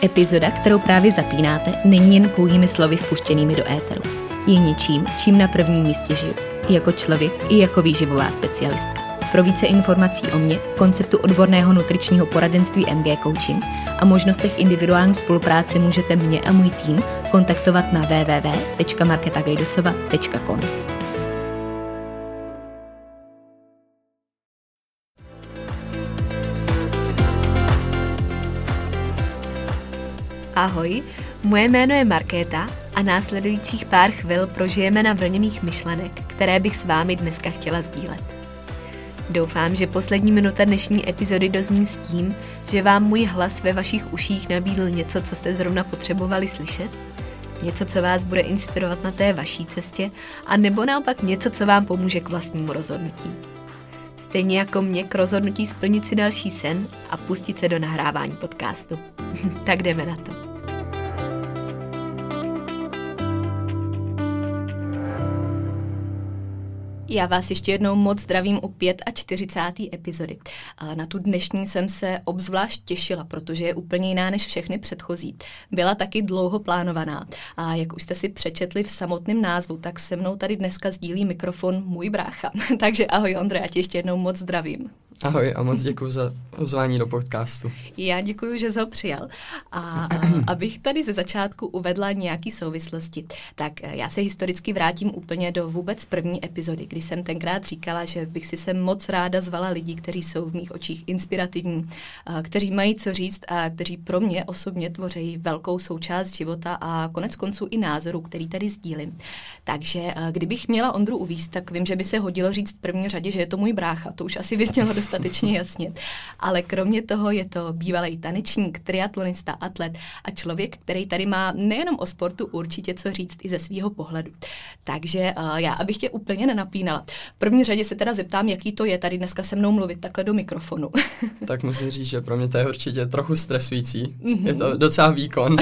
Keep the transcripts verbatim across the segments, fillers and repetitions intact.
Epizoda, kterou právě zapínáte, není jen pouhými slovy vpuštěnými do éteru. Je něčím, čím na prvním místě žiju. I jako člověk, i jako výživová specialistka. Pro více informací o mně, konceptu odborného nutričního poradenství M G Coaching a možnostech individuální spolupráce můžete mě a můj tým kontaktovat na w w w tečka markéta gajdosova tečka com. Ahoj, moje jméno je Markéta a následujících pár chvil prožijeme na vlně mých myšlenek, které bych s vámi dneska chtěla sdílet. Doufám, že poslední minuta dnešní epizody dozní s tím, že vám můj hlas ve vašich uších nabídl něco, co jste zrovna potřebovali slyšet, něco, co vás bude inspirovat na té vaší cestě, a nebo naopak něco, co vám pomůže k vlastnímu rozhodnutí. Stejně jako mě k rozhodnutí splnit si další sen a pustit se do nahrávání podcastu. Tak jdeme na to. Já vás ještě jednou moc zdravím u čtyřicáté páté epizody. Na tu dnešní jsem se obzvlášť těšila, protože je úplně jiná než všechny předchozí. Byla taky dlouho plánovaná a jak už jste si přečetli v samotném názvu, tak se mnou tady dneska sdílí mikrofon můj brácha. Takže ahoj Ondro, já tě ještě jednou moc zdravím. Ahoj a moc děkuji za pozvání do podcastu. Já děkuji, že jsi ho přijal. A, a abych tady ze začátku uvedla nějaký souvislosti, tak já se historicky vrátím úplně do vůbec první epizody, kdy jsem tenkrát říkala, že bych si sem moc ráda zvala lidi, kteří jsou v mých očích inspirativní, kteří mají co říct a kteří pro mě osobně tvoří velkou součást života a konec konců i názoru, který tady sdílím. Takže kdybych měla Ondru uvést, tak vím, že by se hodilo říct v první řadě, že je to můj brácha. To už asi vyznělo dostatečně jasně. Ale kromě toho je to bývalý tanečník, triatlonista, atlet a člověk, který tady má nejenom o sportu určitě co říct i ze svého pohledu. Takže uh, já, abych tě úplně nenapínala. V první řadě se teda zeptám, jaký to je tady dneska se mnou mluvit takhle do mikrofonu. Tak musím říct, že pro mě to je určitě trochu stresující. Mm-hmm. Je to docela výkon.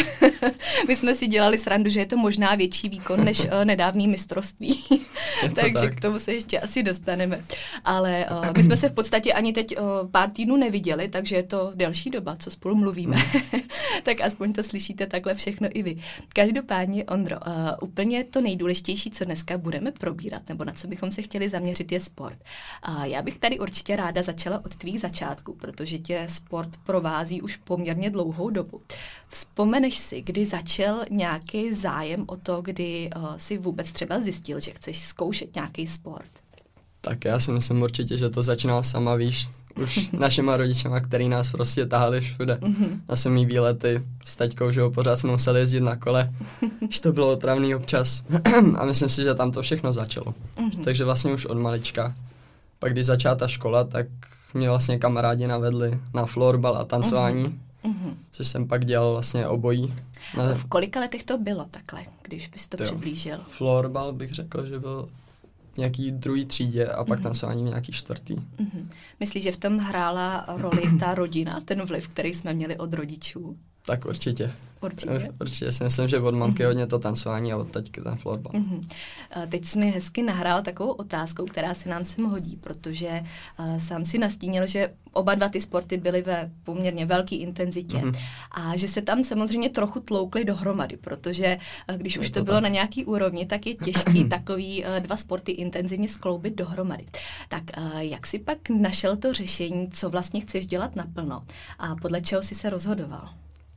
My jsme si dělali srandu, že je to možná větší výkon než uh, nedávný mistrovství. Takže tak. K tomu se ještě asi dostaneme. Ale uh, my jsme se v podstatě ani teď uh, pár týdnů neviděli, takže je to delší doba, co spolu mluvíme. Mm. Tak aspoň to slyšíte takhle všechno i vy. Každopádně, Ondro, uh, úplně to nejdůležitější, co dneska budeme probírat, nebo na co bychom se chtěli zaměřit, je sport. Uh, já bych tady určitě ráda začala od tvých začátků, protože tě sport provází už poměrně dlouhou dobu. Vzpomeneš si, kdy začal nějaký zájem o to, kdy uh, si vůbec třeba zjistil, že chceš zkoušet nějaký sport? Tak já si myslím určitě, že to začínalo sama, víš, už našima rodičema, který nás prostě tahali všude. Mm-hmm. Na samý výlety s taťkou, že jo, pořád jsme museli jezdit na kole, že to bylo otravný občas. A myslím si, že tam to všechno začalo. Mm-hmm. Takže vlastně už od malička. Pak když začala ta škola, tak mě vlastně kamarádi navedli na florbal a tancování, mm-hmm. což jsem pak dělal vlastně obojí. Na... V kolika letech to bylo takhle, když bys to, to přiblížil? Florbal bych řekl, že byl nějaký druhý třídě a pak mm-hmm. tancování v nějaký čtvrtý. Mm-hmm. Myslíš, že v tom hrála roli ta rodina, ten vliv, který jsme měli od rodičů? Tak určitě. Určitě? Určitě si myslím, že od mamky mm-hmm. hodně to tancování a od taťky ten florbal. Mm-hmm. Teď jsi mi hezky nahrál takovou otázkou, která se nám sem hodí, protože uh, sám si nastínil, že oba dva ty sporty byly ve poměrně velké intenzitě mm-hmm. a že se tam samozřejmě trochu tloukly dohromady, protože uh, když je už to, to bylo tak na nějaký úrovni, tak je těžký takový uh, dva sporty intenzivně skloubit dohromady. Tak uh, jak jsi pak našel to řešení, co vlastně chceš dělat naplno a podle čeho jsi se rozhodoval?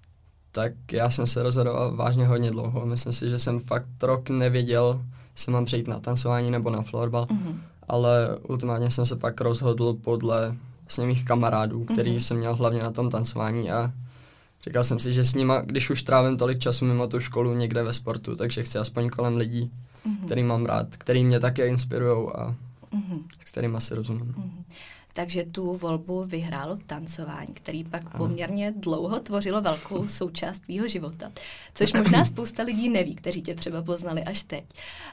Tak já jsem se rozhodoval vážně hodně dlouho. Myslím si, že jsem fakt rok nevěděl, jestli mám přejít na tancování nebo na florbal, mm-hmm. ale ultimátně jsem se pak rozhodl podle vlastně mých kamarádů, který mm-hmm. jsem měl hlavně na tom tancování a říkal jsem si, že s nima, když už trávím tolik času mimo tu školu někde ve sportu, takže chci aspoň kolem lidí, mm-hmm. který mám rád, který mě také inspirujou a mm-hmm. s kterými si rozumím. Mm-hmm. Takže tu volbu vyhrálo tancování, který pak poměrně dlouho tvořilo velkou součást tvýho života. Což možná spousta lidí neví, kteří tě třeba poznali až teď.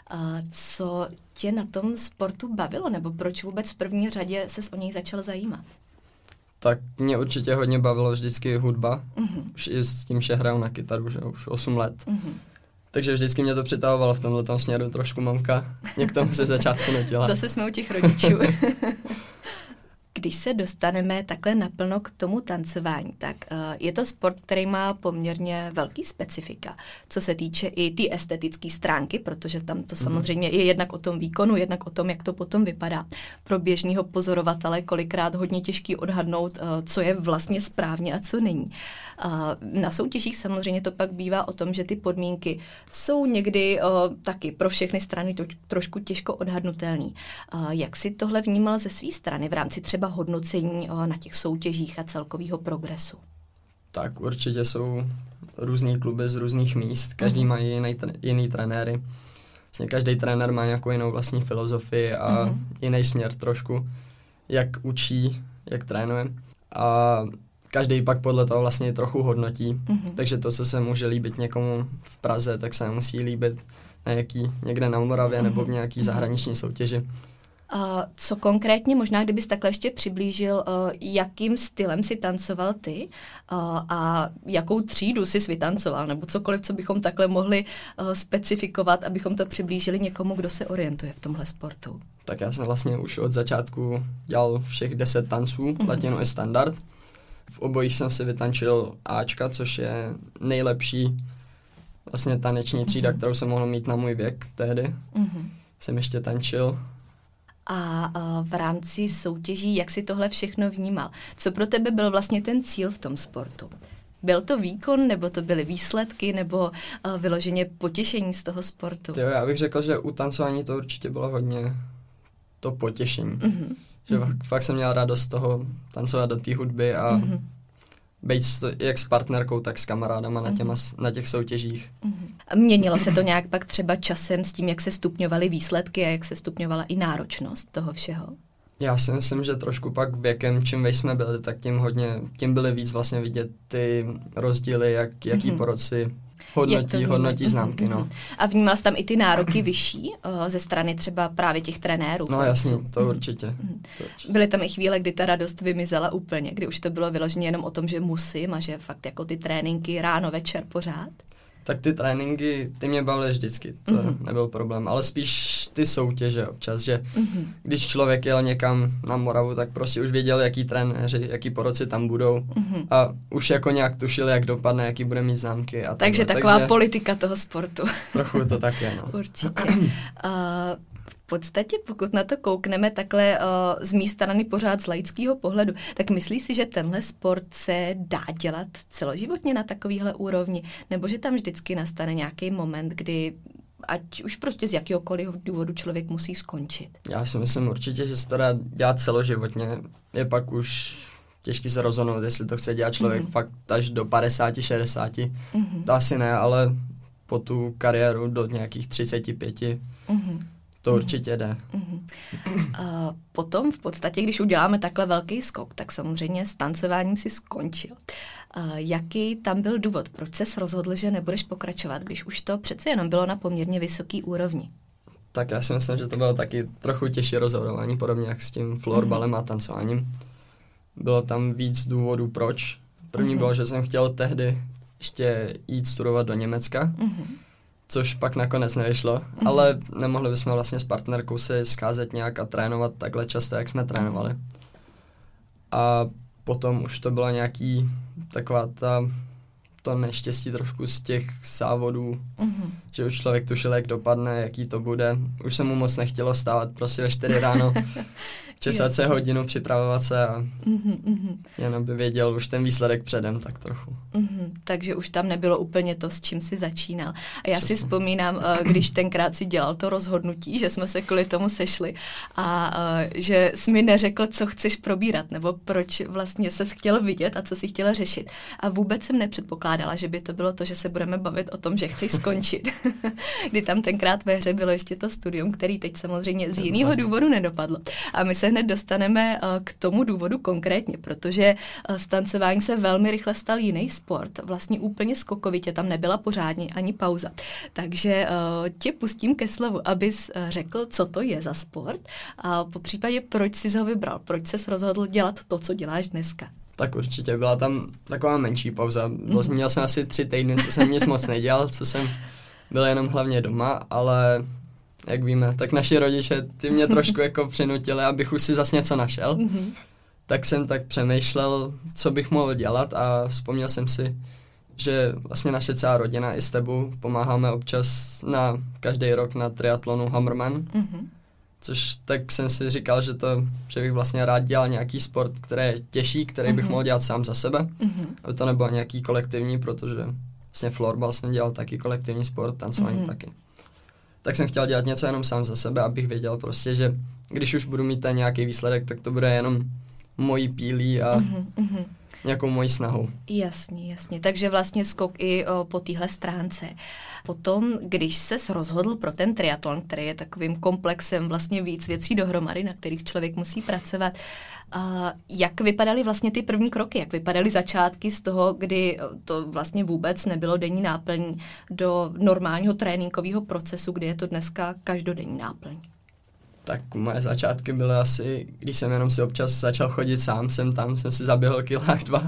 Co tě na tom sportu bavilo, nebo proč vůbec v první řadě ses o něj začal zajímat? Tak mě určitě hodně bavilo vždycky hudba. Mm-hmm. Už i s tím, že hraju na kytaru, že už osm let. Mm-hmm. Takže vždycky mě to přitahovalo v tomhle směru trošku mamka. Mě k tomu se začátku netila. Zase jsme u těch rodičů. Když se dostaneme takhle naplno k tomu tancování, tak uh, je to sport, který má poměrně velký specifika, co se týče i ty estetické stránky, protože tam to samozřejmě je jednak o tom výkonu, jednak o tom, jak to potom vypadá. Pro běžného pozorovatele kolikrát hodně těžký odhadnout, uh, co je vlastně správně a co není. Uh, na soutěžích samozřejmě to pak bývá o tom, že ty podmínky jsou někdy uh, taky pro všechny strany to, trošku těžko odhadnutelný. Uh, jak si tohle vnímal ze své strany v rámci třeba hodnocení na těch soutěžích a celkového progresu? Tak určitě jsou různý kluby z různých míst, každý uh-huh. má jiný, jiný trenéry. Vlastně každý trenér má nějakou jinou vlastní filozofii a uh-huh. jiný směr trošku, jak učí, jak trénuje. A každý pak podle toho vlastně trochu hodnotí, uh-huh. takže to, co se může líbit někomu v Praze, tak se nemusí líbit na nějaký, někde na Moravě uh-huh. nebo v nějaký zahraniční soutěži. Uh, co konkrétně, možná kdybys takhle ještě přiblížil, uh, jakým stylem si tancoval ty uh, a jakou třídu jsi vytancoval, nebo cokoliv, co bychom takhle mohli uh, specifikovat, abychom to přiblížili někomu, kdo se orientuje v tomhle sportu. Tak já jsem vlastně už od začátku dělal všech deset tanců, mm-hmm. latino i standard. V obojích jsem si vytančil Ačka, což je nejlepší vlastně taneční třída, mm-hmm. kterou jsem mohl mít na můj věk tehdy. Mm-hmm. Jsem ještě tančil. A uh, v rámci soutěží, jak si tohle všechno vnímal? Co pro tebe byl vlastně ten cíl v tom sportu? Byl to výkon, nebo to byly výsledky, nebo uh, vyloženě potěšení z toho sportu? Jo, já bych řekl, že u tancování to určitě bylo hodně to potěšení. Mm-hmm. Že mm-hmm. fakt jsem měl radost z toho tancovat do té hudby a mm-hmm. být jak s partnerkou, tak s kamarádama na, těma, na těch soutěžích. A měnilo se to nějak pak třeba časem s tím, jak se stupňovaly výsledky a jak se stupňovala i náročnost toho všeho? Já si myslím, že trošku pak věkem, čím vejš jsme byli, tak tím hodně, tím byly víc vlastně vidět ty rozdíly, jak, jaký mm-hmm. poroci hodnotí, hodnotí známky. Mm-hmm. No. A vnímal jsi tam i ty nároky vyšší uh, ze strany třeba právě těch trenérů? No jasně, to určitě. Mm-hmm. to určitě. Byly tam i chvíle, kdy ta radost vymizela úplně, kdy už to bylo vyloženě jenom o tom, že musím a že fakt jako ty tréninky ráno, večer pořád? Tak ty tréninky, ty mě bavily vždycky, to mm-hmm. nebyl problém, ale spíš ty soutěže občas, že mm-hmm. když člověk jel někam na Moravu, tak prostě už věděl, jaký trenéři, jaký poroci tam budou mm-hmm. a už jako nějak tušil, jak dopadne, jaký bude mít známky. A takže takhle. taková takže politika toho sportu. Trochu to tak je, no. Určitě. uh, V podstatě, pokud na to koukneme takhle uh, z mé strany pořád z laického pohledu, tak myslíš si, že tenhle sport se dá dělat celoživotně na takovýhle úrovni? Nebo že tam vždycky nastane nějaký moment, kdy ať už prostě z jakéhokoliv důvodu člověk musí skončit? Já si myslím určitě, že se to dá dělat celoživotně. Je pak už těžký se rozhodnout, jestli to chce dělat člověk mm-hmm. fakt až do padesát, šedesát. Mm-hmm. To asi ne, ale po tu kariéru do nějakých třicet pět. Mm-hmm. To určitě jde. Uh-huh. Uh, potom v podstatě, když uděláme takhle velký skok, tak samozřejmě s tancováním si skončil. Uh, jaký tam byl důvod? Proč ses rozhodl, že nebudeš pokračovat, když už to přece jenom bylo na poměrně vysoký úrovni? Tak já si myslím, že to bylo taky trochu těžší rozhodování, podobně jak s tím florbalem uh-huh. a tancováním. Bylo tam víc důvodů, proč. První uh-huh. bylo, že jsem chtěl tehdy ještě jít studovat do Německa, uh-huh. což pak nakonec nevyšlo, mm-hmm. ale nemohli bychom vlastně s partnerkou se scházet nějak a trénovat takhle často, jak jsme trénovali. A potom už to bylo nějaký taková ta, to neštěstí trošku z těch závodů, mm-hmm. že už člověk tušil, jak dopadne, jaký to bude. Už se mu moc nechtělo stávat prostě ve čtyři ráno, česat se hodinu, připravovat se a mm-hmm. jenom by věděl už ten výsledek předem tak trochu. Mm-hmm. Takže už tam nebylo úplně to, s čím si začínal. A já Přesně. si vzpomínám, když tenkrát si dělal to rozhodnutí, že jsme se kvůli tomu sešli a že jsi mi neřekl, co chceš probírat, nebo proč vlastně ses chtěl vidět a co si chtěla řešit. A vůbec jsem nepředpokládala, že by to bylo to, že se budeme bavit o tom, že chceš skončit. Kdy tam tenkrát ve hře bylo ještě to studium, který teď samozřejmě z jiného důvodu nedopadlo. A my se hned dostaneme k tomu důvodu konkrétně, protože z tancování se velmi rychle stal jiný sport. Vlastně úplně skokovitě, tam nebyla pořádně ani pauza. Takže tě pustím ke slovu, abys řekl, co to je za sport a po případě, proč jsi ho vybral, proč ses rozhodl dělat to, co děláš dneska. Tak určitě, byla tam taková menší pauza. Mm-hmm. Měl jsem asi tři týdny, co jsem nic moc nedělal, co jsem byl jenom hlavně doma, ale jak víme, tak naši rodiče, ty mě trošku jako přinutili, abych už si zas něco našel. Mm-hmm. tak jsem tak přemýšlel, co bych mohl dělat a vzpomněl jsem si, že vlastně naše celá rodina i s tebou pomáháme občas na každý rok na triatlonu Hammerman, mm-hmm. což tak jsem si říkal, že, to, že bych vlastně rád dělal nějaký sport, který je těžší, který mm-hmm. bych mohl dělat sám za sebe, mm-hmm. aby to nebylo nějaký kolektivní, protože vlastně florbal jsem dělal taky kolektivní sport, tancování mm-hmm. taky. Tak jsem chtěl dělat něco jenom sám za sebe, abych věděl prostě, že když už budu mít ten nějaký výsledek, tak to bude jenom mojí pílí a mm-hmm. nějakou mojí snahu. Jasně, jasně. Takže vlastně skok i o, po téhle stránce. Potom, když ses rozhodl pro ten triatlon, který je takovým komplexem vlastně víc věcí dohromady, na kterých člověk musí pracovat, a jak vypadaly vlastně ty první kroky? Jak vypadaly začátky z toho, kdy to vlastně vůbec nebylo denní náplň do normálního tréninkového procesu, kdy je to dneska každodenní náplň? Tak moje začátky byly asi, když jsem jenom si občas začal chodit sám, jsem tam, jsem si zaběhl kilách dva.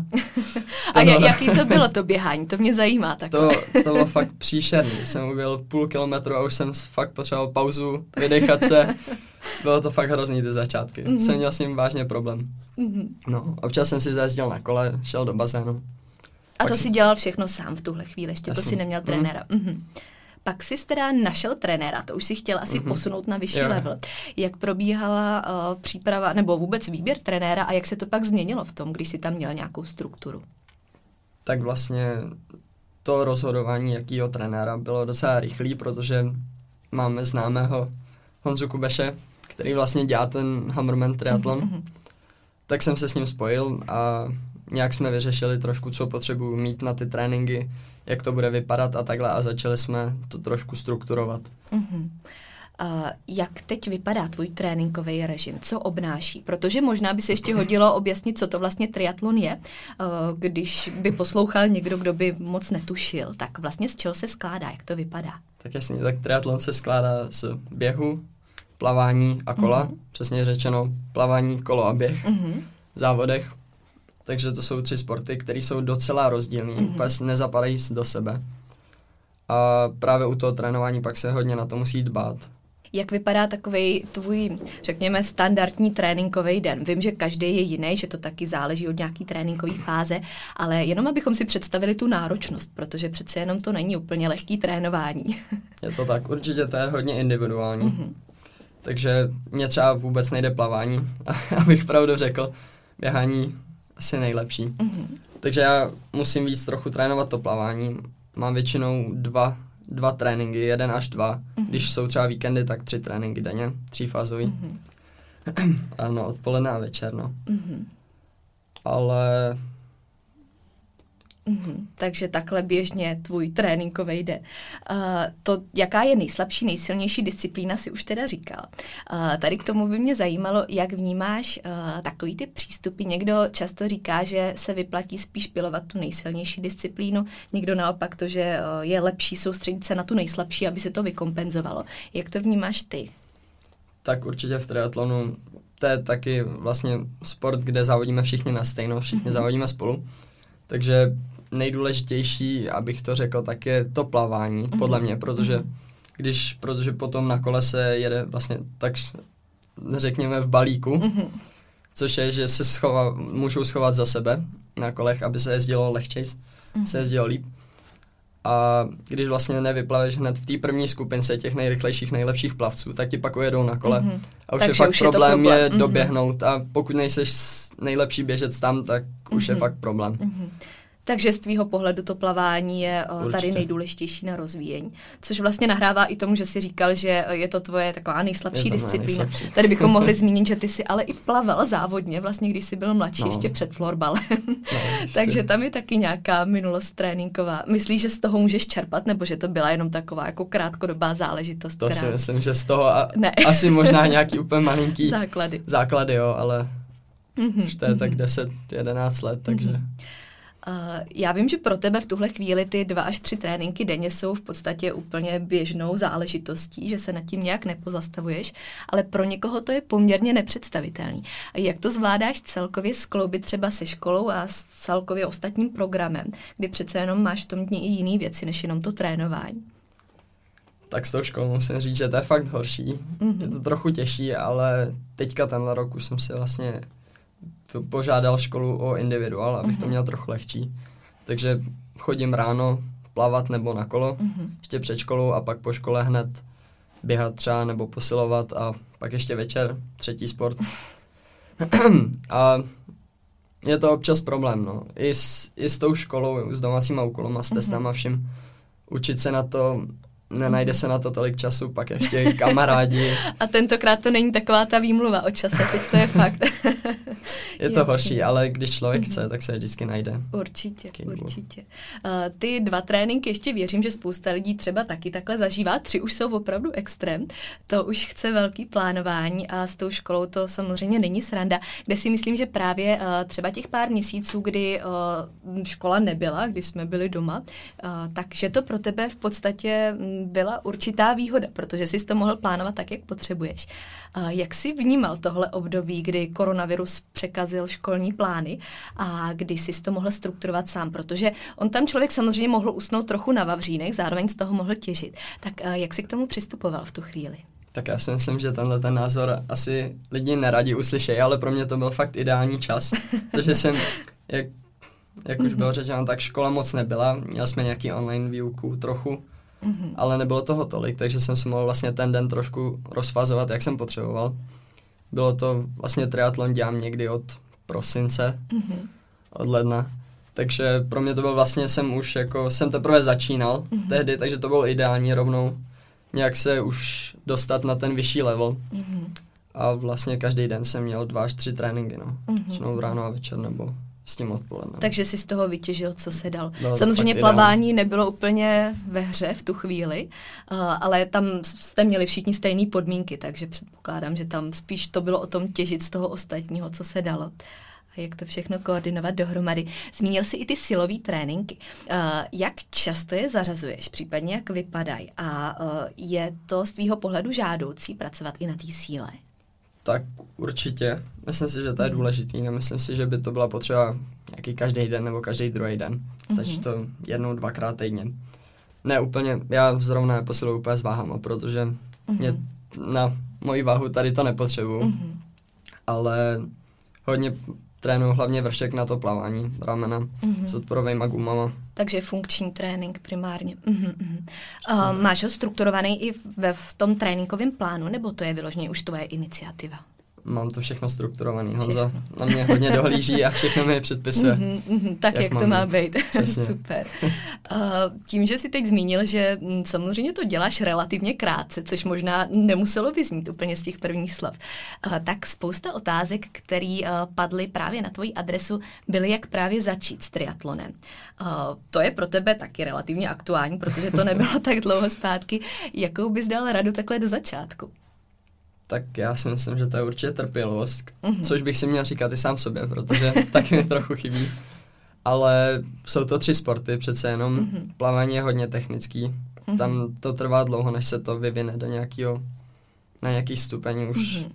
A je, jaký to bylo to běhání? To mě zajímá takhle. To, to bylo fakt příšerný. Jsem uběhl půl kilometru a už jsem fakt potřeboval pauzu, vydechat se. Bylo to fakt hrozný ty začátky. Mm-hmm. Jsem měl s ním vážně problém. Mm-hmm. No, občas jsem si zajezdil na kole, šel do bazénu. A to si dělal všechno sám v tuhle chvíli, ještě Jasný. To si neměl trenéra. Mm-hmm. Mm-hmm. Pak jsi teda našel trenéra, to už si chtěl asi mm-hmm. posunout na vyšší yeah. level. Jak probíhala uh, příprava, nebo vůbec výběr trenéra a jak se to pak změnilo v tom, když jsi tam měl nějakou strukturu? Tak vlastně to rozhodování jakýho trenéra bylo docela rychlý, protože máme známého Honzu Kubeše, který vlastně dělá ten Hammerman triatlon. Mm-hmm. Tak jsem se s ním spojil a nějak jsme vyřešili trošku, co potřebuji mít na ty tréninky, jak to bude vypadat a takhle a začali jsme to trošku strukturovat. Uh-huh. Uh, jak teď vypadá tvůj tréninkový režim? Co obnáší? Protože možná by se ještě hodilo objasnit, co to vlastně triatlon je, uh, když by poslouchal někdo, kdo by moc netušil. Tak vlastně z čeho se skládá? Jak to vypadá? Tak jasně, tak triatlon se skládá z běhu, plavání a kola. Uh-huh. Přesně řečeno plavání, kolo a běh uh-huh. v závodech. Takže to jsou tři sporty, které jsou docela rozdílné, mm-hmm. úplně nezapadají do sebe. A právě u toho trénování pak se hodně na to musí dbát. Jak vypadá takovej tvůj, řekněme, standardní tréninkový den? Vím, že každý je jiný, že to taky záleží od nějaký tréninkové fáze, ale jenom abychom si představili tu náročnost, protože přece jenom to není úplně lehký trénování. Je to tak, určitě to je hodně individuální. Mm-hmm. Takže mě třeba vůbec nejde plavání, abych pravdu řekl, běhání asi nejlepší. Mm-hmm. Takže já musím víc trochu trénovat to plavání. Mám většinou dva, dva tréninky, jeden až dva. Mm-hmm. Když jsou třeba víkendy, tak tři tréninky denně, třífázový. Mm-hmm. Ano, odpoledne a večer, no. Mm-hmm. Ale... Mm-hmm. Takže takhle běžně tvůj tréninkovej jde. Uh, to, jaká je nejslabší, nejsilnější disciplína, si už teda říkal. Uh, tady k tomu by mě zajímalo, jak vnímáš uh, takový ty přístupy. Někdo často říká, že se vyplatí spíš pilovat tu nejsilnější disciplínu, někdo naopak to, že uh, je lepší soustředit se na tu nejslabší, aby se to vykompenzovalo. Jak to vnímáš ty? Tak určitě v triatlonu to je taky vlastně sport, kde závodíme všichni na stejno, všichni mm-hmm. závodíme spolu. Takže nejdůležitější, abych to řekl, tak je to plavání, mm-hmm. podle mě, protože když, protože potom na kole se jede vlastně tak, řekněme, v balíku, mm-hmm. což je, že se schova, můžou schovat za sebe na kolech, aby se jezdilo lehčejc, mm-hmm. se jezdilo líp. A když vlastně nevyplaveš hned v té první skupince těch nejrychlejších, nejlepších plavců, tak ti pak ujedou na kole. Mm-hmm. A už Takže je fakt už problém, je, problém je mm-hmm. doběhnout a pokud nejseš nejlepší běžec tam, tak mm-hmm. už je fakt problém. Mm-hmm. Takže z tvýho pohledu to plavání je Určitě. Tady nejdůležitější na rozvíjení. Což vlastně nahrává i tomu, že jsi říkal, že je to tvoje taková nejslabší disciplína. Nejslabší. Tady bychom mohli zmínit, že ty jsi ale i plaval závodně, vlastně když jsi byl mladší, no. ještě před florbalem. No, Takže tam je taky nějaká minulost tréninková. Myslíš, že z toho můžeš čerpat, nebo že to byla jenom taková jako krátkodobá záležitost? To která... si myslím, že z toho a asi možná nějaký úplně malinký základy. Základy, jo, ale mm-hmm. už to je tak deset jedenáct let, takže... Mm-hmm. Uh, já vím, že pro tebe v tuhle chvíli ty dva až tři tréninky denně jsou v podstatě úplně běžnou záležitostí, že se nad tím nějak nepozastavuješ, ale pro někoho to je poměrně nepředstavitelný. Jak to zvládáš celkově skloubit třeba se školou a s celkově ostatním programem, kdy přece jenom máš v tom dní i jiný věci, než jenom to trénování? Tak s tou školou musím říct, že to je fakt horší. Mm-hmm. Je to trochu těžší, ale teďka tenhle rok už jsem si vlastně požádal školu o individuál, abych mm-hmm. to měl trochu lehčí. Takže chodím ráno plavat nebo na kolo, mm-hmm. ještě před školou a pak po škole hned běhat třeba nebo posilovat a pak ještě večer, třetí sport. A je to občas problém, no. I s, i s tou školou, s domácíma úkolama, s testama mm-hmm. vším. Učit se na to, nenajde se na to tolik času, pak ještě kamarádi. A tentokrát to není taková ta výmluva o čase, teď to je fakt. Je to horší, ale když člověk chce, tak se vždycky najde. Určitě, určitě. Uh, ty dva tréninky ještě věřím, že spousta lidí třeba taky takhle zažívá. Tři už jsou opravdu extrém. To už chce velký plánování a s tou školou to samozřejmě není sranda, kde si myslím, že právě uh, třeba těch pár měsíců, kdy uh, škola nebyla, kdy jsme byli doma, uh, takže to pro tebe v podstatě byla určitá výhoda, protože jsi to mohl plánovat tak, jak potřebuješ. Jak jsi vnímal tohle období, kdy koronavirus překazil školní plány a kdy jsi to mohl strukturovat sám, protože on tam člověk samozřejmě mohl usnout trochu na vavřínech, zároveň z toho mohl těžit. Tak jak jsi k tomu přistupoval v tu chvíli? Tak já si myslím, že tenhle ten názor asi lidi neradi uslyšejí, ale pro mě to byl fakt ideální čas, protože jsem, jak, jak už bylo řečeno, tak škola moc nebyla, měli jsme nějaký online výuku trochu, Mm-hmm. ale nebylo toho tolik, takže jsem se mohl vlastně ten den trošku rozfázovat, jak jsem potřeboval. Bylo to vlastně triatlon dělám někdy od prosince, mm-hmm. od ledna, takže pro mě to byl vlastně, jsem už jako, jsem teprve začínal mm-hmm. tehdy, takže to bylo ideální rovnou nějak se už dostat na ten vyšší level. Mm-hmm. A vlastně každý den jsem měl dva až tři tréninky, no. Mm-hmm. ráno a večer nebo s tím odpolednem. Takže jsi z toho vytěžil, co se dal. Bylo samozřejmě plavání ideální. Nebylo úplně ve hře v tu chvíli, uh, ale tam jste měli všichni stejné podmínky, takže předpokládám, že tam spíš to bylo o tom těžit z toho ostatního, co se dalo. A jak to všechno koordinovat dohromady. Zmínil jsi i ty silové tréninky. Uh, jak často je zařazuješ, případně jak vypadají? A uh, je to z tvýho pohledu žádoucí pracovat i na té síle? Tak určitě. Myslím si, že to je důležitý. Nemyslím si, že by to byla potřeba nějaký každý den nebo každý druhý den. Stačí mm-hmm. to jednou, dvakrát týdně. Ne úplně, já zrovna neposiluju úplně s váhama, protože mm-hmm. mě na moji váhu tady to nepotřebuju. Mm-hmm. Ale hodně trénuju hlavně vršek na to plavání, ramena mm-hmm. s odporovejma gumama. Takže funkční trénink primárně. Mm-hmm. Uh, máš ho strukturovaný i ve, v tom tréninkovém plánu, nebo to je vyloženě už tvoje iniciativa? Mám to všechno strukturovaný. Honza na mě hodně dohlíží a všechno mi předpisuje. Mm-hmm, mm-hmm, tak, jak, jak to má být. Super. Uh, tím, že jsi teď zmínil, že m, samozřejmě to děláš relativně krátce, což možná nemuselo vyznít úplně z těch prvních slov, uh, tak spousta otázek, které uh, padly právě na tvoji adresu, byly, jak právě začít s triatlonem. Uh, to je pro tebe taky relativně aktuální, protože to nebylo tak dlouho zpátky. Jakou bys dal radu takhle do začátku? Tak já si myslím, že to je určitě trpělivost, mm-hmm. což bych si měl říkat i sám sobě, protože taky mi trochu chybí. Ale jsou to tři sporty, přece jenom mm-hmm. plavání je hodně technický. Mm-hmm. Tam to trvá dlouho, než se to vyvine do nějakého, na nějaký stupeň už. Mm-hmm.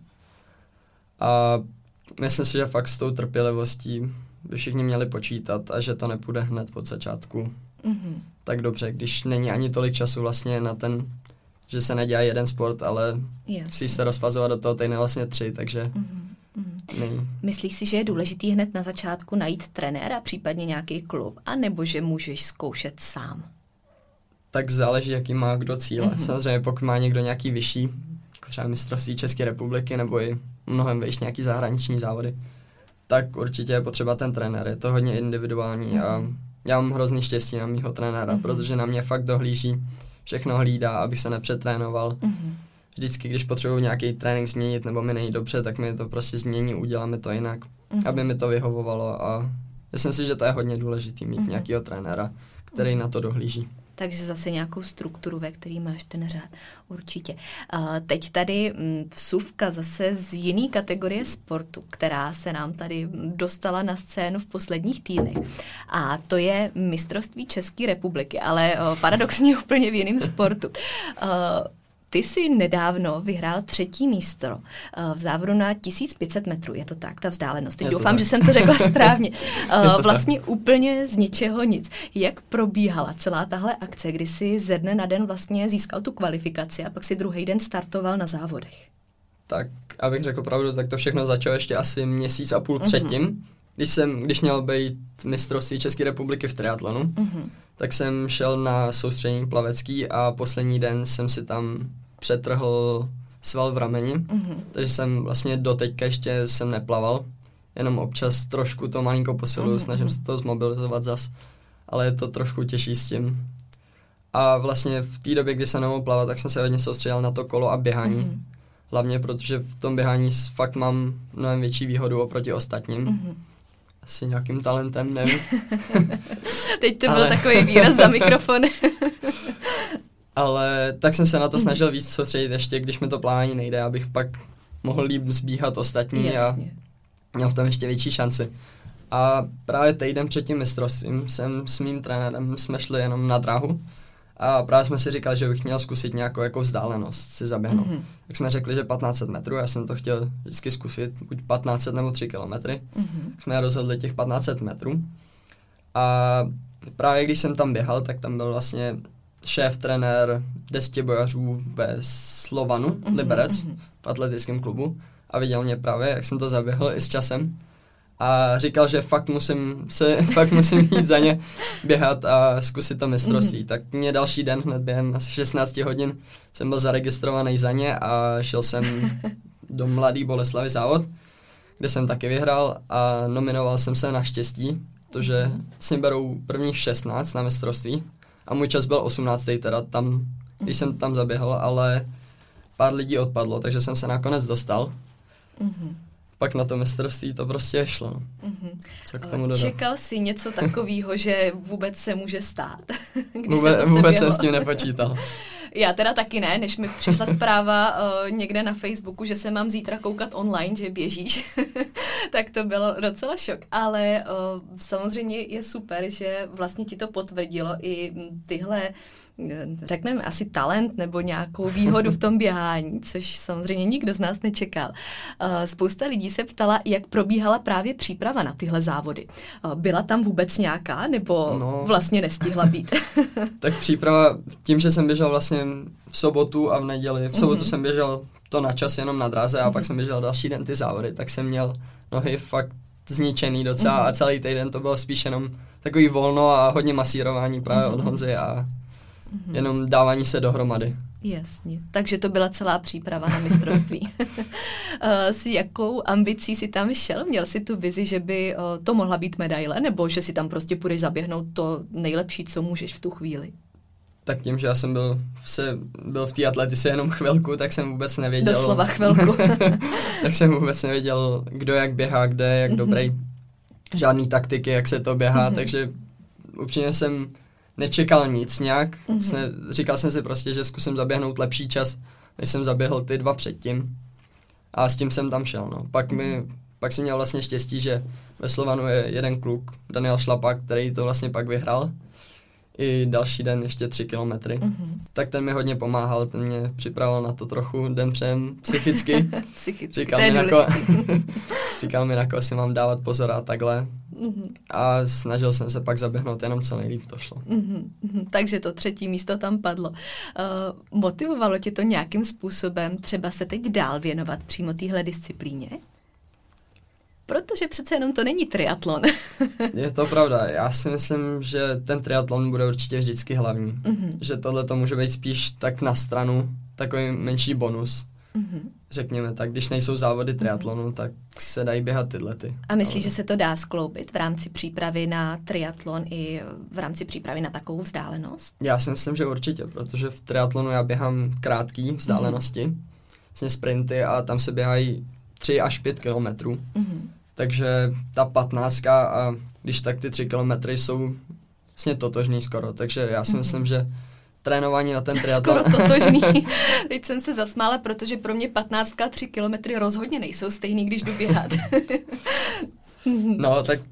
A myslím si, že fakt s tou trpělivostí by všichni měli počítat a že to nepůjde hned od začátku. Mm-hmm. Tak dobře, když není ani tolik času vlastně na ten, že se nedělá jeden sport, ale musí se rozfazovat do toho týdne vlastně tři, takže mm-hmm. není. Myslíš si, že je důležitý hned na začátku najít trenéra, případně nějaký klub, anebo že můžeš zkoušet sám? Tak záleží, jaký má kdo cíle. Mm-hmm. Samozřejmě pokud má někdo nějaký vyšší, jako třeba mistrovství České republiky, nebo i mnohem vyšší nějaký zahraniční závody, tak určitě je potřeba ten trenér. Je to hodně individuální mm-hmm. a já mám hrozný štěstí na mýho trenéra, mm-hmm. protože na mě fakt dohlíží, všechno hlídá, abych se nepřetrénoval. Mm-hmm. Vždycky, když potřebuji nějaký trénink změnit nebo mi není dobře, tak mi to prostě změní, uděláme to jinak, mm-hmm. aby mi to vyhovovalo a myslím si, že to je hodně důležitý mít mm-hmm. nějakého trenéra, který mm-hmm. na to dohlíží. Takže zase nějakou strukturu, ve který máš ten řád. Určitě. Uh, teď tady m, vsuvka zase z jiné kategorie sportu, která se nám tady dostala na scénu v posledních týdnech. A to je mistrovství České republiky, ale uh, paradoxně úplně v jiném sportu. Uh, Ty jsi nedávno vyhrál třetí místo uh, v závodu na tisíc pět set metrů, je to tak, ta vzdálenost. Teď doufám, tak. že jsem to řekla správně. Uh, vlastně tak. úplně z ničeho nic. Jak probíhala celá tahle akce, kdy jsi ze dne na den vlastně získal tu kvalifikaci a pak si druhý den startoval na závodech? Tak, abych řekl pravdu, tak to všechno začalo ještě asi měsíc a půl mm-hmm. předtím, když jsem, když měl být mistrovství České republiky v triatlonu, mm-hmm. tak jsem šel na soustředění plavecký a poslední den jsem si tam přetrhl sval v rameni, mm-hmm. takže jsem vlastně doteďka ještě jsem neplaval, jenom občas trošku to malinko posiluju, mm-hmm. snažím se to zmobilizovat zas, ale je to trošku těžší s tím. A vlastně v té době, kdy jsem nemohl plavat, tak jsem se hodně soustředil na to kolo a běhání. Mm-hmm. Hlavně protože v tom běhání fakt mám mnohem větší výhodu oproti ostatním. Mm-hmm. Asi nějakým talentem, nevím. Teď to byl ale... takový výraz za mikrofon. Ale tak jsem se na to snažil víc soustředit ještě, když mi to plávání nejde, abych pak mohl líp zbíhat ostatní. Jasně. A měl v tom ještě větší šanci. A právě týden před tím mistrovstvím jsem s mým trenérem jsme šli jenom na dráhu a právě jsme si říkali, že bych měl zkusit nějakou jako vzdálenost si zaběhnout. Mm-hmm. Tak jsme řekli, že patnáct set metrů, já jsem to chtěl vždycky zkusit, buď patnáct set nebo tři kilometry. Mm-hmm. Tak jsme rozhodli těch patnáct set metrů. A právě když jsem tam běhal, tak tam byl vlastně šéf trenér desetibojařů ve Slovanu, mm-hmm. Liberec, v atletickém klubu a viděl mě právě, jak jsem to zaběhl i s časem. A říkal, že fakt musím se, fakt musím jít za ně běhat a zkusit to mistrovství. Mm-hmm. Tak mě další den, hned během asi šestnáct hodin, jsem byl zaregistrovaný za ně a šel jsem do Mladý Boleslavi závod, kde jsem taky vyhrál a nominoval jsem se naštěstí, protože vlastně berou prvních šestnáct na mistrovství a můj čas byl osmnáctý teda tam, když jsem tam zaběhl, ale pár lidí odpadlo, takže jsem se nakonec dostal. Mm-hmm. Pak na to mistrovství to prostě šlo. No. Mm-hmm. Co k tomu dodat? Čekal jsi něco takového, že vůbec se může stát? Vůbec, vůbec jsem s tím nepočítal. Já teda taky ne, než mi přišla zpráva uh, někde na Facebooku, že se mám zítra koukat online, že běžíš, tak to bylo docela šok. Ale uh, samozřejmě je super, že vlastně ti to potvrdilo i tyhle, řekneme asi talent nebo nějakou výhodu v tom běhání, což samozřejmě nikdo z nás nečekal. Uh, spousta lidí se ptala, jak probíhala právě příprava na tyhle závody. Uh, byla tam vůbec nějaká, nebo no, vlastně nestihla být? Tak příprava, tím, že jsem běžel vlastně v sobotu a v neděli, v sobotu mm-hmm. jsem běžel to na čas jenom na dráze a mm-hmm. pak jsem běžel další den ty závody, tak jsem měl nohy fakt zničený docela mm-hmm. a celý týden to bylo spíš jenom takový volno a hodně masírování právě mm-hmm. od Honzy a mm-hmm. jenom dávání se dohromady. Jasně, takže to byla celá příprava na mistrovství. S jakou ambicí jsi tam šel? Měl jsi tu vizi, že by to mohla být medaile, nebo že si tam prostě půjdeš zaběhnout to nejlepší, co můžeš v tu chvíli? Tak tím, že já jsem byl, se, byl v té atletice jenom chvilku, tak jsem vůbec nevěděl. Doslova chvilku. Tak jsem vůbec nevěděl, kdo jak běhá, kde, jak mm-hmm. dobrý. Žádný taktiky, jak se to běhá, mm-hmm. takže upřímně jsem nečekal nic nějak. Mm-hmm. Sne, říkal jsem si prostě, že zkusím zaběhnout lepší čas, než jsem zaběhl ty dva předtím. A s tím jsem tam šel. No. Pak, mm-hmm. mi, pak jsem měl vlastně štěstí, že ve Slovanu je jeden kluk, Daniel Šlapak, který to vlastně pak vyhrál. I další den ještě tři kilometry. Mm-hmm. Tak ten mi hodně pomáhal, ten mě připravoval na to trochu den předem psychicky. psychicky, říkal, mi na ko- říkal mi, na koho si mám dávat pozor a takhle. Mm-hmm. A snažil jsem se pak zaběhnout jenom co nejlíp to šlo. Mm-hmm. Takže to třetí místo tam padlo. Uh, motivovalo tě to nějakým způsobem třeba se teď dál věnovat přímo téhle disciplíně? Protože přece jenom to není triatlon. Je to pravda. Já si myslím, že ten triatlon bude určitě vždycky hlavní. Mm-hmm. Že tohle to může být spíš tak na stranu, takový menší bonus. Mm-hmm. Řekněme tak, když nejsou závody triatlonu, mm-hmm. tak se dají běhat tyhle ty. A myslíš, Ale... že se to dá skloubit v rámci přípravy na triatlon i v rámci přípravy na takovou vzdálenost? Já si myslím, že určitě, protože v triatlonu já běhám krátký vzdálenosti, mm-hmm. vlastně sprinty a tam se běhají tři až pět kilometrů. Mm-hmm. Takže ta patnáctka a když tak ty tři kilometry jsou vlastně totožný skoro. Takže já si mm-hmm. myslím, že trénování na ten triatlon... Skoro totožný. Teď jsem se zasmála, protože pro mě patnáctka a tři kilometry rozhodně nejsou stejný, když jdu běhat. No, tak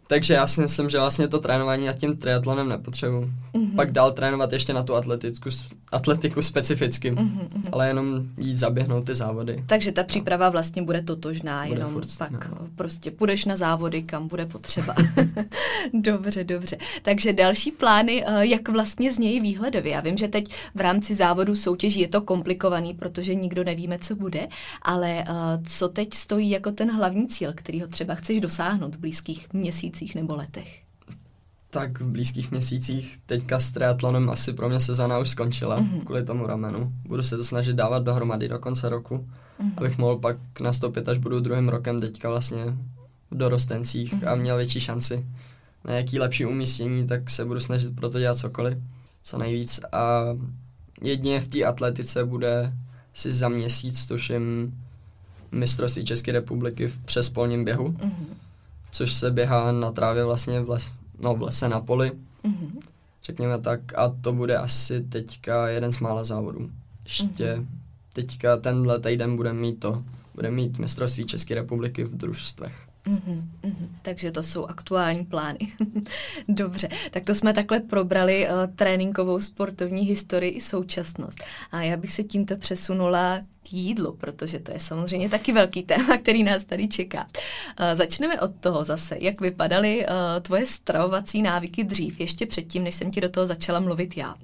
takže já si myslím, že vlastně to trénování nad tím triatlonem nepotřebuji. Mm-hmm. Pak dál trénovat ještě na tu atletickou, atletiku specificky, mm-hmm. ale jenom jít zaběhnout ty závody. Takže ta příprava vlastně bude totožná, bude jenom furt, pak no. prostě půjdeš na závody, kam bude potřeba. Dobře, dobře. Takže další plány, jak vlastně znějí výhledově. Já vím, že teď v rámci závodu soutěží je to komplikovaný, protože nikdo nevíme, co bude, ale co teď stojí jako ten hlavní cíl, kterýho třeba chceš dosáhnout v blízkých měsících nebo letech? Tak v blízkých měsících teďka s triatlonem asi pro mě sezóna už skončila, mm-hmm. kvůli tomu ramenu. Budu se to snažit dávat dohromady do konce roku, mm-hmm. abych mohl pak nastoupit, až budu druhým rokem teďka vlastně v dorostencích mm-hmm. a měl větší šanci na nějaký lepší umístění, tak se budu snažit pro to dělat cokoliv, co nejvíc. A jedině v té atletice bude si za měsíc, tuším, mistrovství České republiky v přespolním běhu, mm-hmm. což se běhá na trávě vlastně v, les, no, v lese na poli, mm-hmm. řekněme tak, a to bude asi teďka jeden z mála závodů. Ještě mm-hmm. teďka tenhle týden budeme mít to, budeme mít mistrovství České republiky v družstvech. Mm-hmm, mm-hmm. Takže to jsou aktuální plány. Dobře, tak to jsme takhle probrali uh, tréninkovou sportovní historii i současnost. A já bych se tímto přesunula k jídlu, protože to je samozřejmě taky velký téma, který nás tady čeká. Uh, začneme od toho zase, jak vypadaly uh, tvoje stravovací návyky dřív, ještě předtím, než jsem ti do toho začala mluvit já.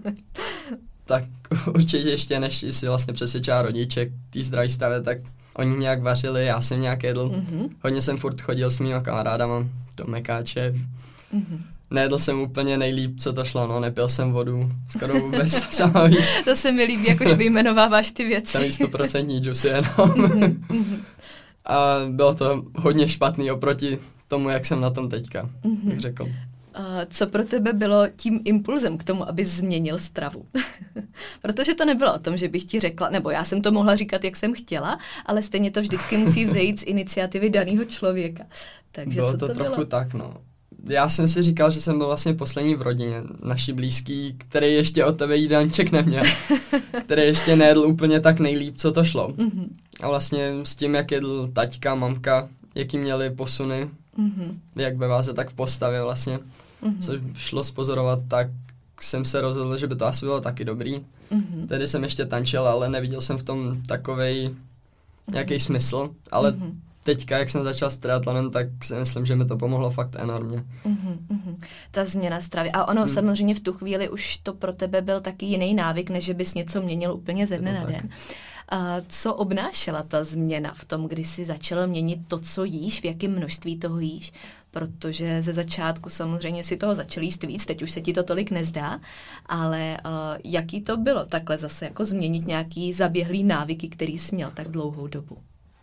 Tak určitě ještě, než jsi vlastně přesvědčila rodiče k té zdraví stravě, tak oni nějak vařili, já jsem nějak jedl. Mm-hmm. Hodně jsem furt chodil s mýma kamarádama do Mekáče. Mm-hmm. Nejedl jsem úplně nejlíp, co to šlo, no, nepil jsem vodu, skoro vůbec, sama víš. To se mi líbí, jakož vyjmenováváš ty věci. Jsem sto procent džusy jenom. Mm-hmm. A bylo to hodně špatný oproti tomu, jak jsem na tom teďka, mm-hmm. jak řekl. Co pro tebe bylo tím impulzem k tomu, aby změnil stravu? Protože to nebylo o tom, že bych ti řekla, nebo já jsem to mohla říkat, jak jsem chtěla, ale stejně to vždycky musí vzejít z iniciativy daného člověka. Takže bylo co to, to trochu bylo? tak, no. Já jsem si říkal, že jsem byl vlastně poslední v rodině, naší blízký, který ještě od tebe jídelníček neměl, který ještě nejedl úplně tak nejlíp, co to šlo. Mm-hmm. A vlastně s tím, jak jedl taťka, mamka, jaký měli posuny, mm-hmm. jak ve váze, tak v postavě vlastně, mm-hmm. což šlo spozorovat, tak jsem se rozhodl, že by to asi bylo taky dobrý. Mm-hmm. Tedy jsem ještě tančil, ale neviděl jsem v tom takovej nějaký mm-hmm. smysl, ale mm-hmm. teďka, jak jsem začal s triatlonem, tak si myslím, že mi to pomohlo fakt enormně. Mm-hmm. Ta změna stravy. A ono mm. samozřejmě v tu chvíli už to pro tebe byl taky jiný návyk, než že bys něco měnil úplně ze dne na den. A co obnášela ta změna v tom, kdy jsi začal měnit to, co jíš, v jakém množství toho jíš? Protože ze začátku samozřejmě si toho začal jíst víc, teď už se ti to tolik nezdá, ale uh, jaký to bylo takhle zase jako změnit nějaký zaběhlý návyky, který jsi měl tak dlouhou dobu?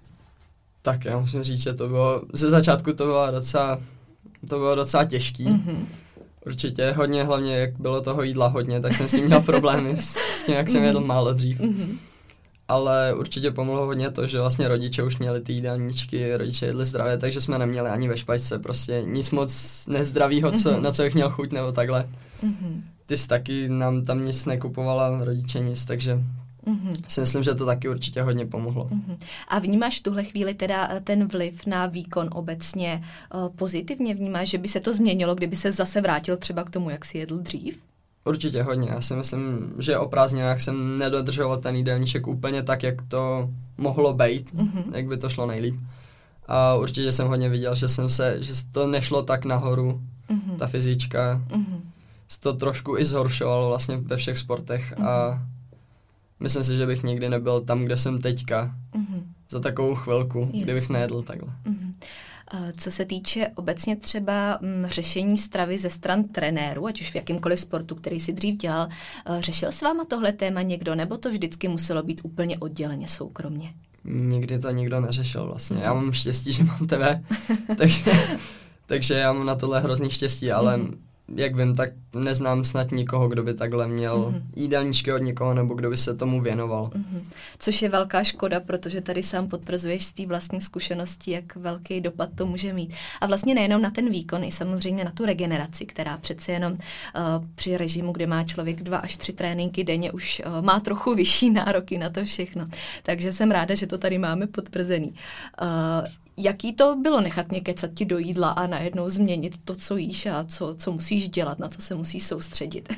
Tak já musím říct, že to bylo, ze začátku to bylo docela, to bylo docela těžký. Mm-hmm. Určitě hodně, hlavně jak bylo toho jídla hodně, tak jsem s tím měl problémy, s, s tím, jak jsem jedl málo dřív. Mm-hmm. Ale určitě pomohlo hodně to, že vlastně rodiče už měli ty jídelníčky, rodiče jedli zdravě, takže jsme neměli ani ve špačce prostě nic moc nezdravýho, co, mm-hmm. na co bych měl chuť nebo takhle. Mm-hmm. Ty jsi taky nám tam nic nekupovala, rodiče nic, takže mm-hmm. si myslím, že to taky určitě hodně pomohlo. Mm-hmm. A vnímáš v tuhle chvíli teda ten vliv na výkon obecně uh, pozitivně? Vnímáš, že by se to změnilo, kdyby se zase vrátil třeba k tomu, jak jsi jedl dřív? Určitě hodně. Já si myslím, že o prázdninách jsem nedodržoval ten jídelníček úplně tak, jak to mohlo být, mm-hmm. jak by to šlo nejlíp. A určitě jsem hodně viděl, že jsem se, že to nešlo tak nahoru, mm-hmm. ta fyzička. Mm-hmm. To trošku i zhoršovalo vlastně ve všech sportech mm-hmm. a myslím si, že bych nikdy nebyl tam, kde jsem teďka mm-hmm. za takovou chvilku, yes. kdybych nejedl takhle. Mm-hmm. Co se týče obecně třeba m, řešení stravy ze stran trenérů, ať už v jakýmkoliv sportu, který si dřív dělal, řešil s váma tohle téma někdo, nebo to vždycky muselo být úplně odděleně soukromně? Nikdy to nikdo neřešil vlastně. Já mám štěstí, že mám tebe, takže, takže já mám na tohle hrozný štěstí, ale mm-hmm. jak vím, tak neznám snad nikoho, kdo by takhle měl mm-hmm. jídelníčky od někoho, nebo kdo by se tomu věnoval. Mm-hmm. Což je velká škoda, protože tady sám potvrzuješ z té vlastní zkušenosti, jak velký dopad to může mít. A vlastně nejenom na ten výkon, i samozřejmě na tu regeneraci, která přece jenom uh, při režimu, kde má člověk dva až tři tréninky denně, už uh, má trochu vyšší nároky na to všechno. Takže jsem ráda, že to tady máme potvrzený. Uh, jaký to bylo nechat mě kecat ti do jídla a najednou změnit to, co jíš a co, co musíš dělat, na co se musíš soustředit?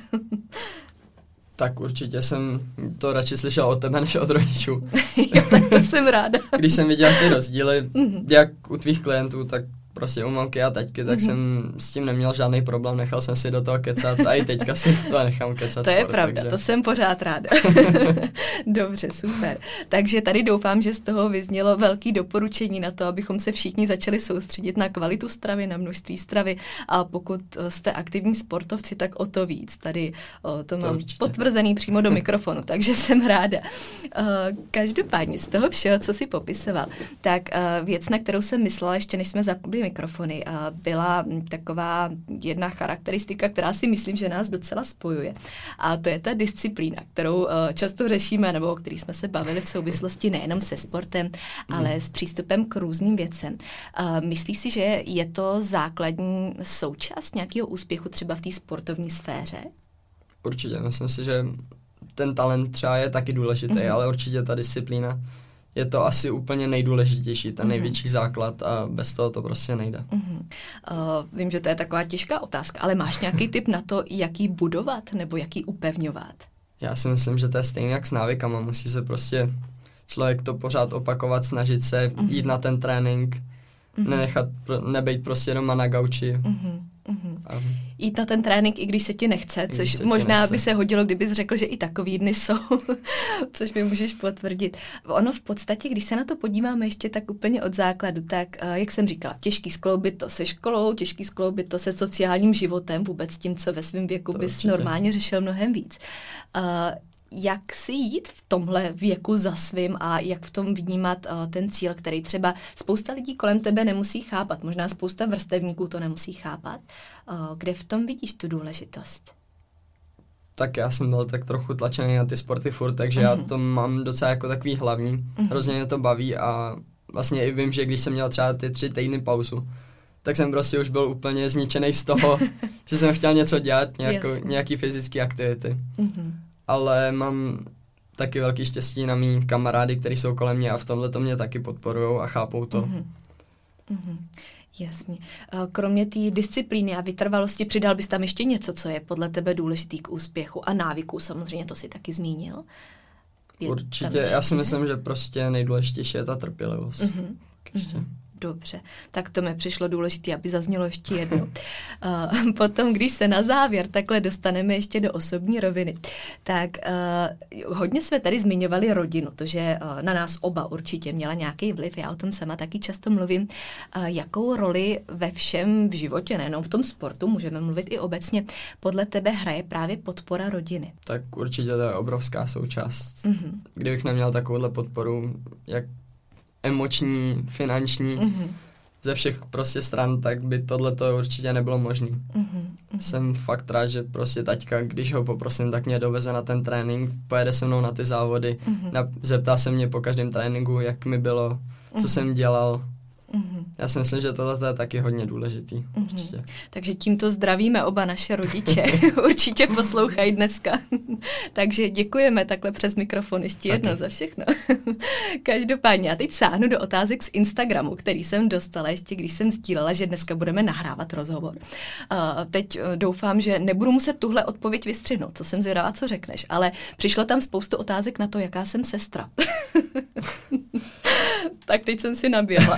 Tak určitě jsem to radši slyšel od tebe, než od rodičů. Jo, tak to jsem ráda. Když jsem viděl ty rozdíly, mm-hmm. jak u tvých klientů, tak prostě u mamky a taťky, tak mm-hmm. jsem s tím neměl žádný problém, nechal jsem si do toho kecat a i teďka si to nechám kecat. To je sport, pravda, takže... to jsem pořád ráda. Dobře, super. Takže tady doufám, že z toho vyznělo velké doporučení na to, abychom se všichni začali soustředit na kvalitu stravy, na množství stravy a pokud jste aktivní sportovci, tak o to víc. Tady o, to, to mám určitě potvrzený přímo do mikrofonu, takže jsem ráda. Každopádně z toho všeho, co jsi popisoval, tak věc, na kterou jsem myslela, ještě než jsme zapli mikrofony, byla taková jedna charakteristika, která si myslím, že nás docela spojuje. A to je ta disciplína, kterou často řešíme, nebo o který jsme se bavili v souvislosti nejenom se sportem, ale s přístupem k různým věcem. Myslíš si, že je to základní součást nějakého úspěchu třeba v té sportovní sféře? Určitě, myslím si, že ten talent třeba je taky důležitý, mm-hmm. ale určitě ta disciplína je to asi úplně nejdůležitější, ten mm-hmm. největší základ a bez toho to prostě nejde. Mm-hmm. Uh, vím, že to je taková těžká otázka, ale máš nějaký tip na to, jak ji budovat nebo jak ji upevňovat? Já si myslím, že to je stejně jak s návykama. Musí se prostě člověk to pořád opakovat, snažit se mm-hmm. jít na ten trénink, mm-hmm. nenechat, nebejt prostě doma na gauči. Mm-hmm. Mm-hmm. A... Jít na ten trénink, i když se ti nechce, což se možná nechce. by se hodilo, kdybys řekl, že i takový dny jsou, což mi můžeš potvrdit. Ono v podstatě, když se na to podíváme ještě tak úplně od základu, tak, jak jsem říkala, těžký skloubit to se školou, těžký skloubit to se sociálním životem, vůbec tím, co ve svém věku to bys určitě normálně řešil mnohem víc. Uh, Jak si jít v tomhle věku za svým a jak v tom vnímat uh, ten cíl, který třeba spousta lidí kolem tebe nemusí chápat, možná spousta vrstevníků to nemusí chápat. Uh, kde v tom vidíš tu důležitost? Tak já jsem byl tak trochu tlačený na ty sporty furt, takže mm-hmm. já to mám docela jako takový hlavní. Mm-hmm. Hrozně mě to baví a vlastně i vím, že když jsem měl třeba ty tři týdny pauzu, tak jsem prostě už byl úplně zničený z toho, že jsem chtěl něco dělat, nějakou, nějaký fyzické aktivity. Mm-hmm. Ale mám taky velký štěstí na mý kamarády, kteří jsou kolem mě a v tomhle to mě taky podporujou a chápou to. Mm-hmm. Mm-hmm. Jasně. Kromě té disciplíny a vytrvalosti přidal bys tam ještě něco, co je podle tebe důležitý k úspěchu a návyků, samozřejmě to si taky zmínil? Je Určitě, já si myslím, že prostě nejdůležitější je ta trpělivost. Mm-hmm. Ještě. Mm-hmm. Dobře, tak to mi přišlo důležité, aby zaznělo ještě jednou. Uh, potom, když se na závěr takhle dostaneme ještě do osobní roviny, tak uh, hodně jsme tady zmiňovali rodinu, to, že uh, na nás oba určitě měla nějaký vliv, já o tom sama taky často mluvím. Uh, jakou roli ve všem v životě, nejenom v tom sportu, můžeme mluvit i obecně, podle tebe hraje právě podpora rodiny? Tak určitě to je obrovská součást. Mm-hmm. Kdybych neměl takovouhle podporu, jak emoční, finanční, mm-hmm. ze všech prostě stran, tak by tohleto určitě nebylo možné. Mm-hmm. Jsem fakt rád, že prostě taťka, když ho poprosím, tak mě doveze na ten trénink, pojede se mnou na ty závody, mm-hmm. na, zeptá se mě po každém tréninku, jak mi bylo, co mm-hmm. jsem dělal. Mm-hmm. Já si myslím, že tohle je taky hodně důležitý. Mm-hmm. Určitě. Takže tímto zdravíme oba naše rodiče. Určitě poslouchají dneska. Takže děkujeme takhle přes mikrofon ještě jednou za všechno. Každopádně, a teď sáhnu do otázek z Instagramu, který jsem dostala ještě, když jsem sdílela, že dneska budeme nahrávat rozhovor. Uh, teď uh, doufám, že nebudu muset tuhle odpověď vystřihnout, co jsem zvědavá, co řekneš, ale přišlo tam spoustu otázek na to, jaká jsem sestra. Tak teď jsem si naběhla.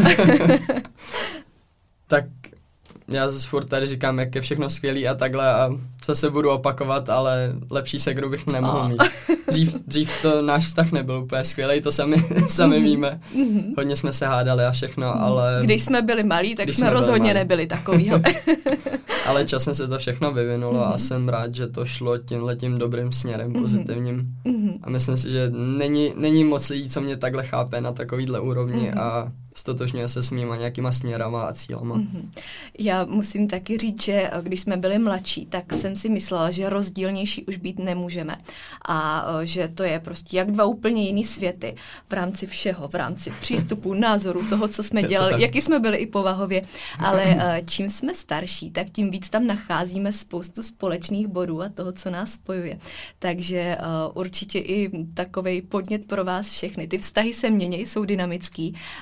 Tak já zase furt tady říkám, jak je všechno skvělý a takhle a zase budu opakovat, ale lepší segru bych nemohl oh. mít. Dřív, dřív to náš vztah nebyl úplně skvělý, to sami, sami víme. Mm-hmm. Hodně jsme se hádali a všechno, mm-hmm. ale... Když jsme byli malí, tak jsme, jsme rozhodně nebyli takový. Ale časem se to všechno vyvinulo mm-hmm. a jsem rád, že to šlo tímhletím dobrým směrem, mm-hmm. pozitivním. Mm-hmm. A myslím si, že není, není moc lidí, co mě takhle chápe na takovýhle úrovni mm-hmm. a stotožňuje se s mýma nějakýma směrama a cílama. Mm-hmm. Já musím taky říct, že když jsme byli mladší, tak jsem si myslela, že rozdílnější už být nemůžeme. A že to je prostě jak dva úplně jiný světy v rámci všeho, v rámci přístupu, názoru, toho, co jsme dělali, jaký jsme byli i povahově. Ale čím jsme starší, tak tím víc tam nacházíme spoustu společných bodů a toho, co nás spojuje. Takže uh, určitě i takovej podnět pro vás všechny. Ty vztahy se mění, jsou dynamický a v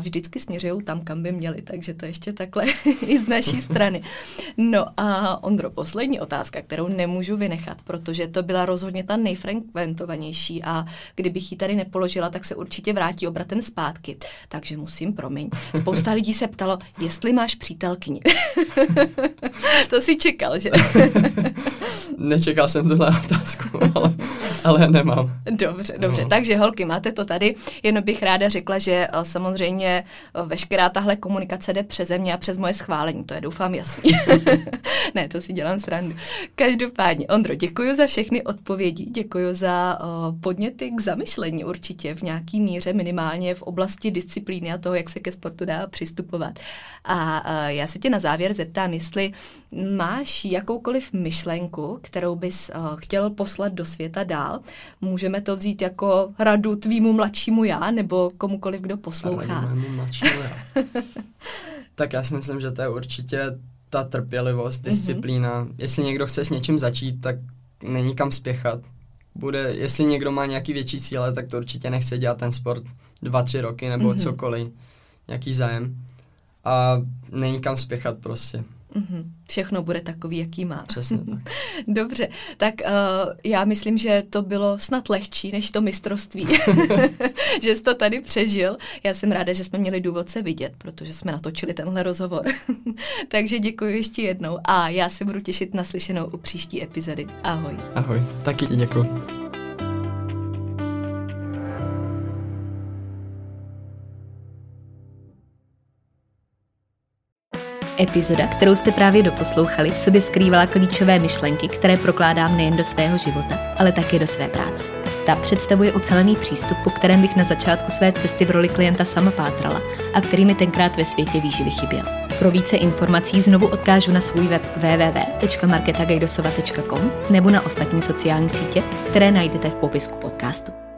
vždycky směřují tam, kam by měli, takže to ještě takhle i z naší strany. No a Ondro, poslední otázka, kterou nemůžu vynechat, protože to byla rozhodně ta nejfrekventovanější a kdybych ji tady nepoložila, tak se určitě vrátí obratem zpátky. Takže musím, promiň. Spousta lidí se ptalo, jestli máš přítelkyni. To si čekal, že? Nečekal jsem tuhle otázku, ale, ale nemám. Dobře, dobře. No. Takže holky, máte to tady. Jenom bych ráda řekla, že samozřejmě veškerá tahle komunikace jde přeze mě a přes moje schválení. To je, doufám, jasný. Ne, to si dělám srandu. Každopádně, Ondro, děkuji za všechny odpovědi, děkuji za uh, podněty k zamyšlení určitě v nějaký míře, minimálně v oblasti disciplíny a toho, jak se ke sportu dá přistupovat. A uh, já se tě na závěr zeptám, jestli máš jakoukoliv myšlenku, kterou bys uh, chtěl poslat do světa dál. Můžeme to vzít jako radu tvýmu mladšímu já, nebo komukoliv, kdo poslouchá. Radu mému mladšímu já. Tak já si myslím, že to je určitě ta trpělivost, disciplína. Mm-hmm. Jestli někdo chce s něčím začít, tak není kam spěchat. Bude, jestli někdo má nějaký větší cíle, tak to určitě nechce dělat ten sport dva, tři roky nebo mm-hmm. cokoliv. Nějaký zájem. A není kam spěchat prostě. Mm-hmm. Všechno bude takový, jaký má. Přesně tak. Dobře, tak uh, já myslím, že to bylo snad lehčí než to mistrovství, že jsi to tady přežil. Já jsem ráda, že jsme měli důvod se vidět, protože jsme natočili tenhle rozhovor. Takže děkuji ještě jednou a já se budu těšit na slyšenou u příští epizody. Ahoj. Ahoj, taky ti děkuji. Epizoda, kterou jste právě doposlouchali, v sobě skrývala klíčové myšlenky, které prokládám nejen do svého života, ale také do své práce. Ta představuje ucelený přístup, po kterém bych na začátku své cesty v roli klienta sama pátrala a který mi tenkrát ve světě výživy chyběl. Pro více informací znovu odkážu na svůj web w w w tečka marketa gajdosova tečka com nebo na ostatní sociální sítě, které najdete v popisku podcastu.